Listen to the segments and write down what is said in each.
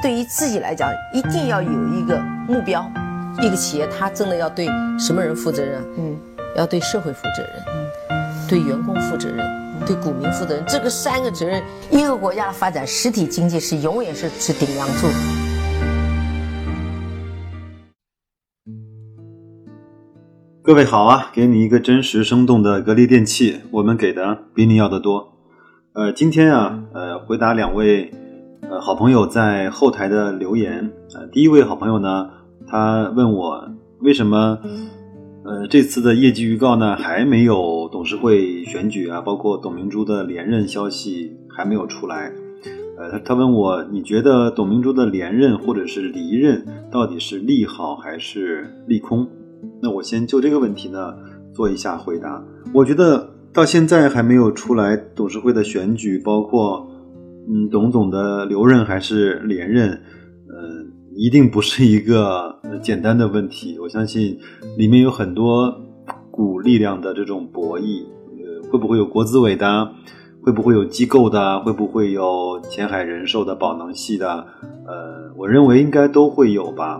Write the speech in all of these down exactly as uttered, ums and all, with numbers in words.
对于自己来讲，一定要有一个目标。一个企业，它真的要对什么人负责任？嗯，要对社会负责任，嗯，对员工负责任，对股民负责任。这个三个责任，一个国家的发展，实体经济是永远是是顶梁柱。 各位好啊，给你一个真实生动的格力电器，我们给的比你要的多。呃，今天啊，呃，回答两位呃好朋友在后台的留言。呃，第一位好朋友呢，他问我为什么呃这次的业绩预告呢还没有董事会选举啊，包括董明珠的连任消息还没有出来。呃，他他问我，你觉得董明珠的连任或者是离任到底是利好还是利空？那我先就这个问题呢做一下回答。我觉得到现在还没有出来董事会的选举，包括嗯董总的留任还是连任，呃，一定不是一个简单的问题。我相信里面有很多股力量的这种博弈，呃，会不会有国资委的？会不会有机构的？会不会有前海人寿的、宝能系的？呃，我认为应该都会有吧。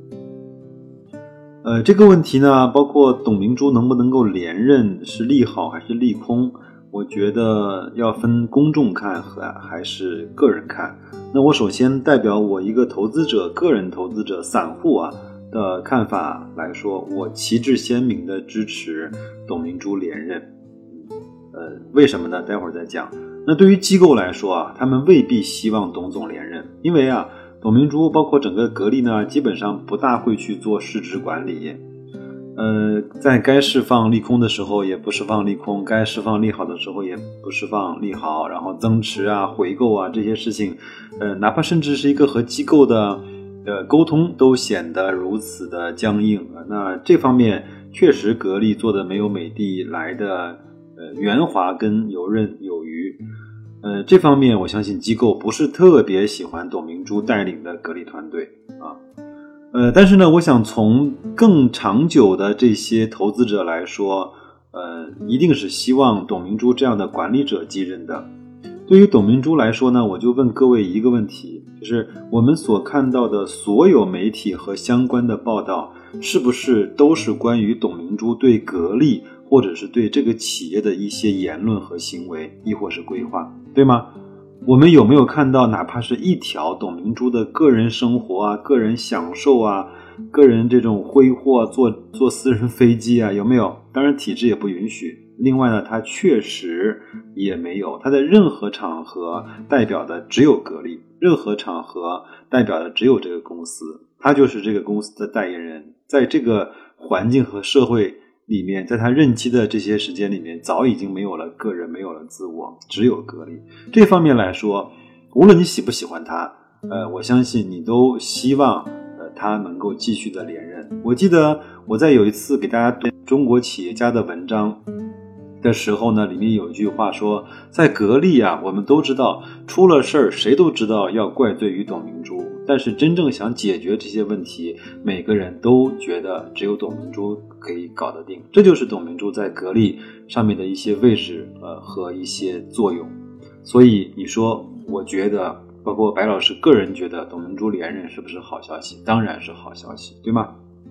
呃，这个问题呢，包括董明珠能不能够连任是利好还是利空，我觉得要分公众看和还是个人看。那我首先代表我一个投资者、个人投资者、散户啊的看法来说，我旗帜鲜明的支持董明珠连任。呃，为什么呢？待会儿再讲。那对于机构来说啊，他们未必希望董总连任，因为啊，董明珠包括整个格力呢，基本上不大会去做市值管理。呃，在该释放利空的时候也不释放利空，该释放利好的时候也不释放利好，然后增持啊、回购啊这些事情，呃，哪怕甚至是一个和机构的呃沟通都显得如此的僵硬。那这方面确实格力做的没有美的来的呃圆滑跟游刃有余。呃，这方面我相信机构不是特别喜欢董明珠带领的格力团队啊。呃，但是呢，我想从更长久的这些投资者来说，呃，一定是希望董明珠这样的管理者继任的。对于董明珠来说呢，我就问各位一个问题，就是我们所看到的所有媒体和相关的报道，是不是都是关于董明珠对格力或者是对这个企业的一些言论和行为，亦或是规划，对吗？我们有没有看到哪怕是一条董明珠的个人生活啊、个人享受啊、个人这种挥霍、坐坐私人飞机啊，有没有？当然体制也不允许。另外呢，他确实也没有，他在任何场合代表的只有格力，任何场合代表的只有这个公司，他就是这个公司的代言人。在这个环境和社会里面，在他任期的这些时间里面，早已经没有了个人，没有了自我，只有格力。这方面来说，无论你喜不喜欢他，呃，我相信你都希望呃他能够继续的连任。我记得我在有一次给大家读中国企业家的文章的时候呢，里面有一句话说，在格力啊，我们都知道出了事儿，谁都知道要怪罪于董明珠，但是真正想解决这些问题，每个人都觉得只有董明珠可以搞得定。这就是董明珠在格力上面的一些位置呃和一些作用。所以你说，我觉得包括白老师个人觉得董明珠连任是不是好消息？当然是好消息，对吗？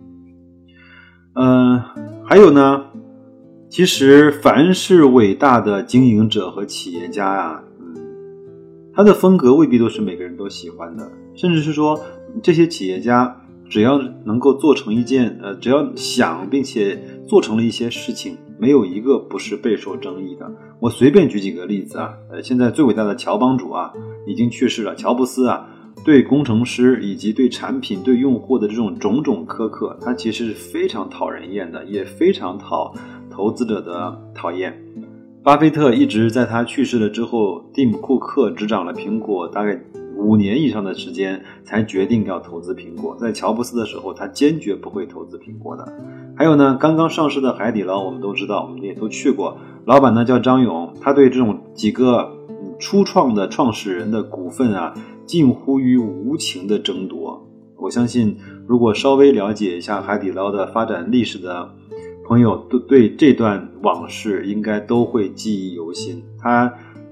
嗯、呃，还有呢，其实凡是伟大的经营者和企业家啊，嗯，他的风格未必都是每个人都喜欢的，甚至是说这些企业家只要能够做成一件呃，只要想并且做成了一些事情，没有一个不是备受争议的。我随便举几个例子啊，呃，现在最伟大的乔帮主啊已经去世了，乔布斯啊对工程师以及对产品对用户的这种种种苛刻，他其实是非常讨人厌的，也非常讨投资者的讨厌。巴菲特一直在他去世了之后，蒂姆·库克执掌了苹果大概五年以上的时间才决定要投资苹果，在乔布斯的时候他坚决不会投资苹果的。还有呢，刚刚上市的海底捞我们都知道，我们也都去过，老板呢叫张勇，他对这种几个初创的创始人的股份啊近乎于无情的争夺。我相信如果稍微了解一下海底捞的发展历史的朋友，都对这段往事应该都会记忆犹新。他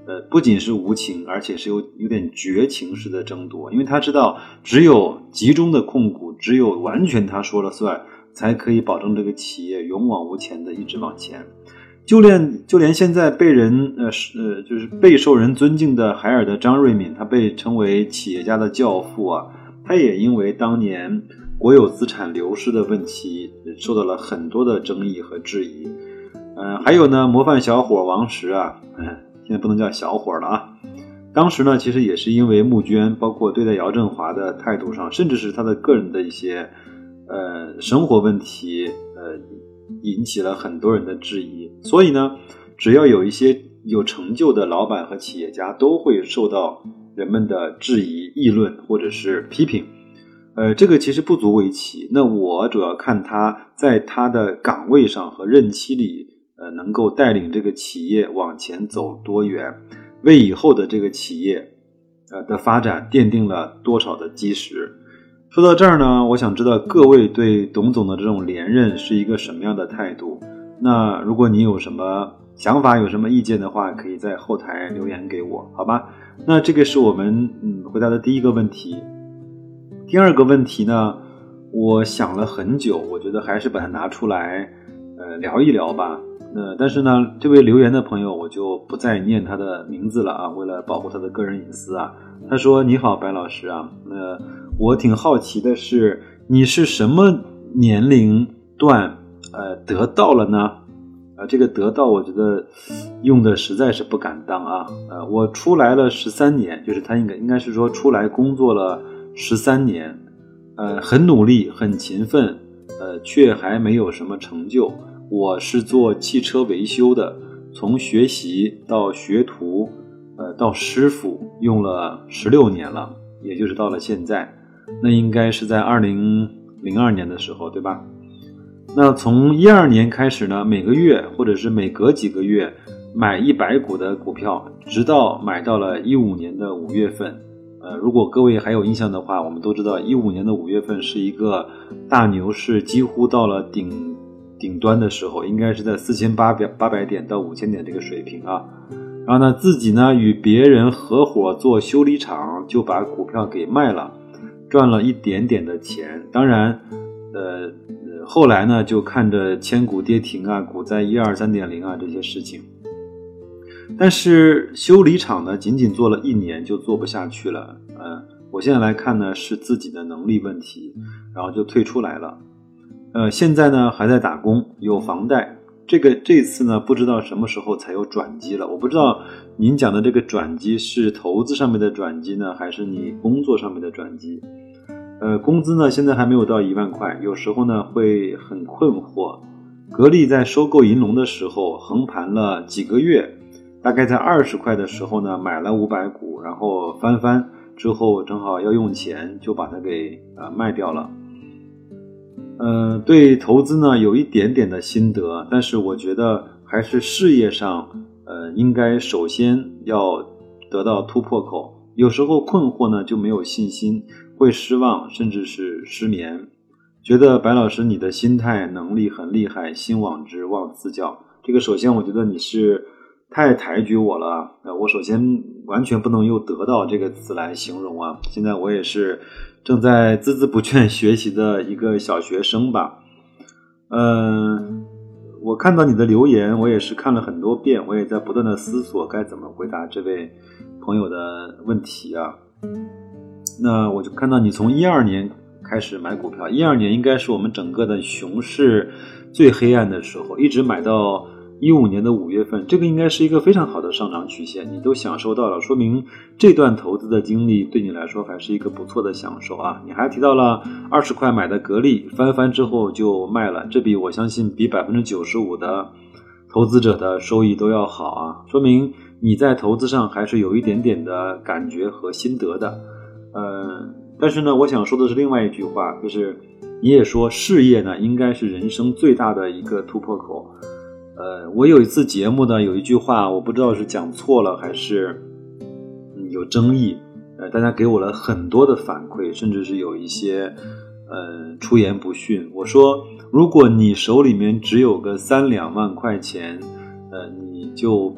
呃，不仅是无情，而且是有有点绝情式的争夺，因为他知道只有集中的控股，只有完全他说了算，才可以保证这个企业勇往无前的一直往前。就连就连现在被人呃呃就是备受人尊敬的海尔的张瑞敏，他被称为企业家的教父啊，他也因为当年国有资产流失的问题受到了很多的争议和质疑。嗯、呃，还有呢，模范小伙王石啊，嗯、呃，现在不能叫小伙了啊。当时呢，其实也是因为募捐，包括对待姚振华的态度上，甚至是他的个人的一些呃生活问题，呃。引起了很多人的质疑，所以呢，只要有一些有成就的老板和企业家，都会受到人们的质疑、议论或者是批评。呃，这个其实不足为奇。那我主要看他在他的岗位上和任期里，呃，能够带领这个企业往前走多远，为以后的这个企业呃的发展奠定了多少的基石。说到这儿呢，我想知道各位对董总的这种连任是一个什么样的态度。那如果你有什么想法，有什么意见的话，可以在后台留言给我，好吧？那这个是我们嗯回答的第一个问题。第二个问题呢，我想了很久，我觉得还是把它拿出来呃聊一聊吧。呃，但是呢，这位留言的朋友我就不再念他的名字了啊，为了保护他的个人隐私啊。他说：“你好，白老师啊，呃，我挺好奇的是，你是什么年龄段呃得到了呢？啊、呃，这个得到我觉得用的实在是不敢当啊。呃，我出来了十三年，就是他应该应该是说出来工作了十三年，呃，很努力，很勤奋，呃，却还没有什么成就。我是做汽车维修的，从学习到学徒。”呃，到师傅用了十六年了，也就是到了现在，那应该是在二零零二年的时候，对吧？那从一二年开始呢，每个月或者是每隔几个月买一百股的股票，直到买到了一五年的五月份。呃，如果各位还有印象的话，我们都知道一五年的五月份是一个大牛市几乎到了顶顶端的时候，应该是在四千八百点到五千点这个水平啊。然后呢，自己呢与别人合伙做修理厂，就把股票给卖了，赚了一点点的钱。当然，呃，后来呢就看着千股跌停啊，股灾一二三点零啊这些事情。但是修理厂呢，仅仅做了一年就做不下去了。呃，我现在来看呢，是自己的能力问题，然后就退出来了。呃，现在呢还在打工，有房贷。这个这次呢，不知道什么时候才有转机了。我不知道您讲的这个转机是投资上面的转机呢，还是你工作上面的转机？呃，工资呢现在还没有到一万块，有时候呢会很困惑。格力在收购银隆的时候横盘了几个月，大概在二十块的时候呢买了五百股，然后翻番之后正好要用钱，就把它给呃卖掉了。呃，对投资呢有一点点的心得，但是我觉得还是事业上，呃，应该首先要得到突破口。有时候困惑呢就没有信心，会失望，甚至是失眠。觉得白老师你的心态能力很厉害，心往直，妄自教。这个首先我觉得你是太抬举我了。呃，我首先完全不能用得到这个词来形容啊。现在我也是正在孜孜不倦学习的一个小学生吧。嗯、呃，我看到你的留言，我也是看了很多遍，我也在不断的思索该怎么回答这位朋友的问题啊。那我就看到你从一二年开始买股票，一二年应该是我们整个的熊市最黑暗的时候，一直买到一五年的五月份，这个应该是一个非常好的上涨曲线，你都享受到了，说明这段投资的经历对你来说还是一个不错的享受啊。你还提到了二十块买的格力，翻番之后就卖了，这比我相信比 百分之九十五 的投资者的收益都要好啊，说明你在投资上还是有一点点的感觉和心得的。呃，但是呢，我想说的是另外一句话，就是你也说事业呢应该是人生最大的一个突破口。呃，我有一次节目呢，有一句话我不知道是讲错了还是、嗯、有争议，呃，大家给我了很多的反馈，甚至是有一些呃出言不逊。我说，如果你手里面只有个三两万块钱，呃，你就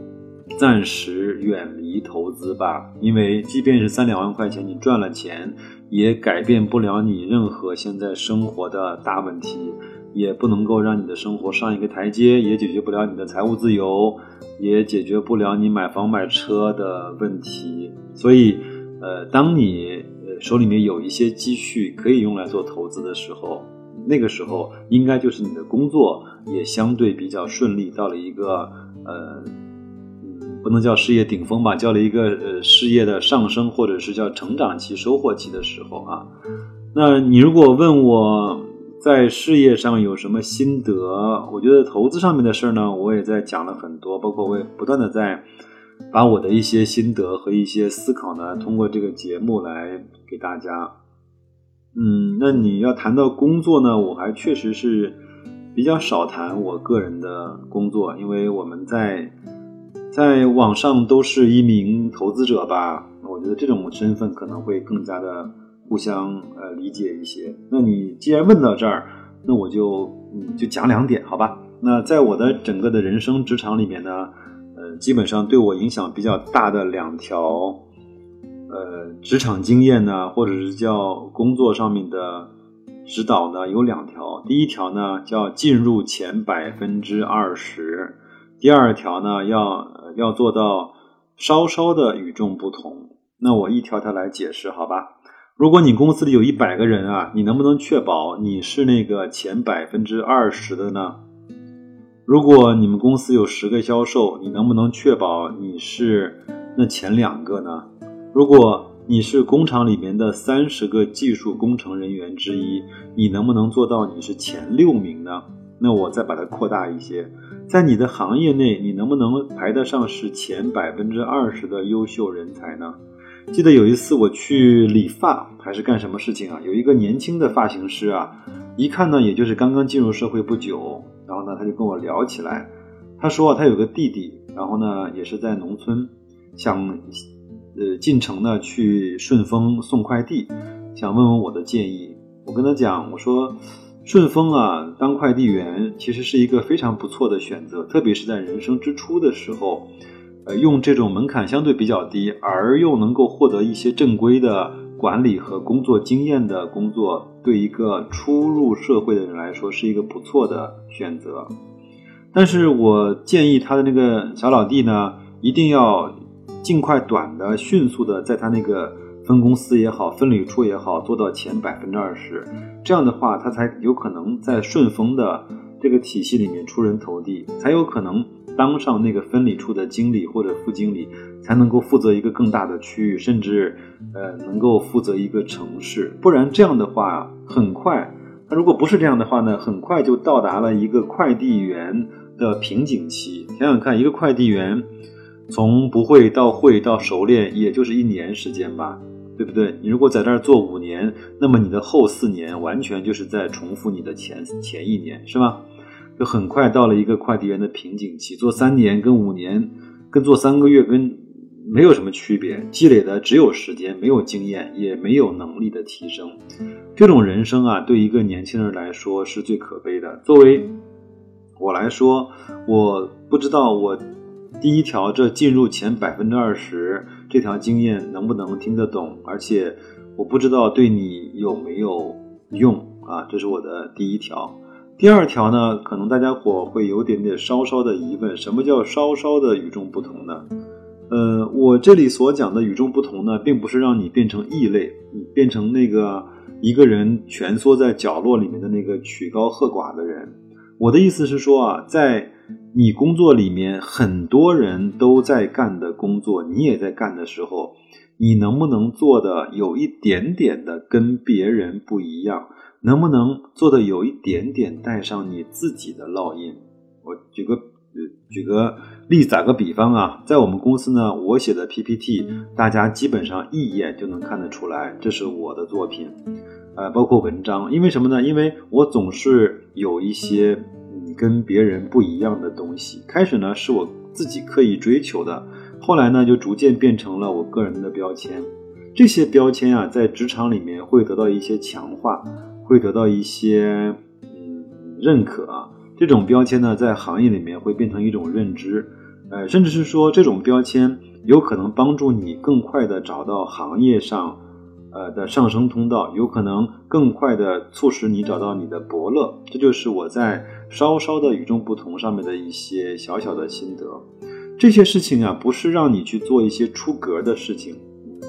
暂时远离投资吧，因为即便是三两万块钱你赚了钱，也改变不了你任何现在生活的大问题，也不能够让你的生活上一个台阶，也解决不了你的财务自由，也解决不了你买房买车的问题。所以呃，当你手里面有一些积蓄可以用来做投资的时候，那个时候应该就是你的工作也相对比较顺利，到了一个呃不能叫事业顶峰吧，叫了一个呃事业的上升，或者是叫成长期收获期的时候啊。那你如果问我在事业上有什么心得，我觉得投资上面的事呢，我也在讲了很多，包括我也不断的在把我的一些心得和一些思考呢，通过这个节目来给大家。嗯，那你要谈到工作呢，我还确实是比较少谈我个人的工作，因为我们在在网上都是一名投资者吧，我觉得这种身份可能会更加的互相呃理解一些。那你既然问到这儿，那我就嗯就讲两点好吧。那在我的整个的人生职场里面呢，呃基本上对我影响比较大的两条呃职场经验呢，或者是叫工作上面的指导呢，有两条。第一条呢叫进入前百分之二十，第二条呢要要做到稍稍的与众不同。那我一条条来解释好吧。如果你公司里有一百个人啊，你能不能确保你是那个前百分之二十的呢？如果你们公司有十个销售，你能不能确保你是那前两个呢？如果你是工厂里面的三十个技术工程人员之一，你能不能做到你是前六名呢？那我再把它扩大一些，在你的行业内，你能不能排得上是前百分之二十的优秀人才呢？记得有一次我去理发还是干什么事情啊，有一个年轻的发型师啊，一看呢也就是刚刚进入社会不久，然后呢他就跟我聊起来，他说啊他有个弟弟，然后呢也是在农村，想呃进城呢去顺丰送快递，想问问我的建议。我跟他讲，我说顺丰啊当快递员其实是一个非常不错的选择，特别是在人生之初的时候，呃，用这种门槛相对比较低，而又能够获得一些正规的管理和工作经验的工作，对一个初入社会的人来说是一个不错的选择。但是我建议他的那个小老弟呢，一定要尽快短的迅速的在他那个分公司也好，分理处也好，做到前百分之二十，这样的话他才有可能在顺丰的这个体系里面出人头地，才有可能当上那个分理处的经理或者副经理，才能够负责一个更大的区域，甚至呃能够负责一个城市。不然这样的话很快，他如果不是这样的话呢，很快就到达了一个快递员的瓶颈期。想想看，一个快递员从不会到会到熟练也就是一年时间吧，对不对？你如果在这儿做五年，那么你的后四年完全就是在重复你的前前一年，是吧？就很快到了一个快递员的瓶颈期，做三年跟五年跟做三个月跟没有什么区别，积累的只有时间，没有经验，也没有能力的提升。这种人生啊，对一个年轻人来说是最可悲的。作为我来说，我不知道我第一条这进入前百分之二十这条经验能不能听得懂，而且我不知道对你有没有用啊，这是我的第一条。第二条呢，可能大家伙会有点点稍稍的疑问，什么叫稍稍的与众不同呢？呃，我这里所讲的与众不同呢，并不是让你变成异类，你变成那个一个人蜷缩在角落里面的那个曲高和寡的人。我的意思是说啊，在你工作里面很多人都在干的工作，你也在干的时候，你能不能做的有一点点的跟别人不一样？能不能做的有一点点带上你自己的烙印？我举个举个例子，打个比方啊，在我们公司呢，我写的 P P T， 大家基本上一眼就能看得出来，这是我的作品，呃，包括文章。因为什么呢？因为我总是有一些嗯跟别人不一样的东西。开始呢是我自己刻意追求的，后来呢就逐渐变成了我个人的标签。这些标签啊，在职场里面会得到一些强化，会得到一些嗯认可啊。这种标签呢，在行业里面会变成一种认知。 呃，甚至是说这种标签有可能帮助你更快的找到行业上呃的上升通道，有可能更快的促使你找到你的伯乐。这就是我在稍稍的与众不同上面的一些小小的心得。这些事情啊，不是让你去做一些出格的事情。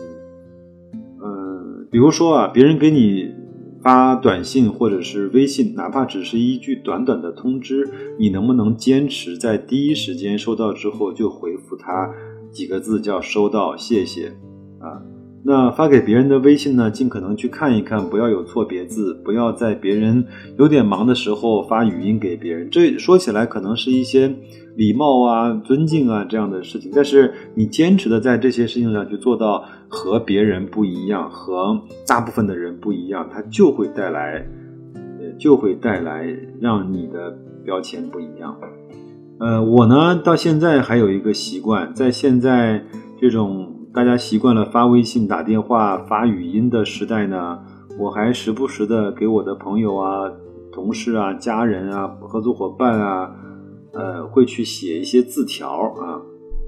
嗯，比如说啊，别人给你发短信或者是微信，哪怕只是一句短短的通知，你能不能坚持在第一时间收到之后就回复他几个字叫收到谢谢啊？那发给别人的微信呢，尽可能去看一看，不要有错别字，不要在别人有点忙的时候发语音给别人。这说起来可能是一些礼貌啊、尊敬啊这样的事情，但是你坚持的在这些事情上去做到和别人不一样，和大部分的人不一样，它就会带来就会带来让你的标签不一样。呃，我呢到现在还有一个习惯，在现在这种大家习惯了发微信、打电话、发语音的时代呢，我还时不时的给我的朋友啊、同事啊、家人啊、合作伙伴啊，呃，会去写一些字条啊。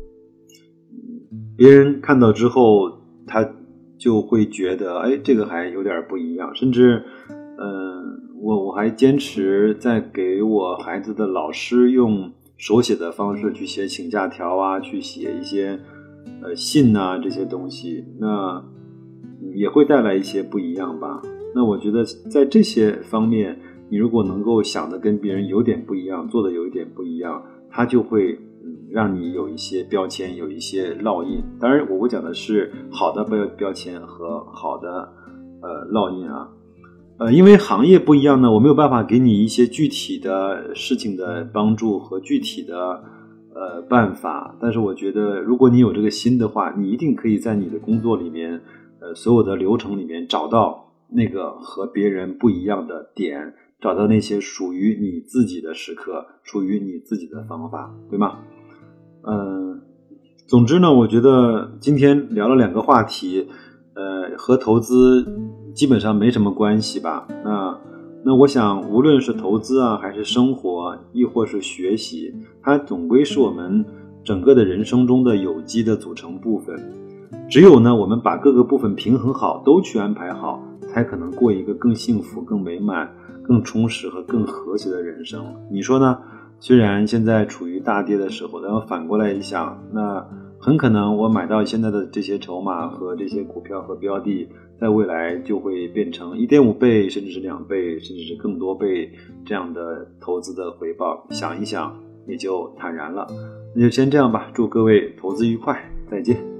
别人看到之后，他就会觉得，哎，这个还有点不一样。甚至，嗯、呃，我我还坚持在给我孩子的老师用手写的方式去写请假条啊，去写一些呃信啊这些东西，那也会带来一些不一样吧。那我觉得在这些方面，你如果能够想的跟别人有点不一样，做的有一点不一样，它就会嗯让你有一些标签，有一些烙印。当然我讲的是好的标标签和好的呃烙印啊。呃，因为行业不一样呢，我没有办法给你一些具体的事情的帮助和具体的呃办法，但是我觉得如果你有这个心的话，你一定可以在你的工作里面呃所有的流程里面找到那个和别人不一样的点，找到那些属于你自己的时刻，属于你自己的方法，对吗？嗯、呃，总之呢，我觉得今天聊了两个话题，呃，和投资基本上没什么关系吧。那那我想无论是投资啊，还是生活，亦或是学习，它总归是我们整个的人生中的有机的组成部分。只有呢，我们把各个部分平衡好，都去安排好，才可能过一个更幸福、更美满、更充实和更和谐的人生。你说呢？虽然现在处于大跌的时候，然后反过来一想，那很可能我买到现在的这些筹码和这些股票和标的，在未来就会变成 一点五 倍，甚至是两倍，甚至是更多倍这样的投资的回报。想一想也就坦然了。那就先这样吧，祝各位投资愉快，再见。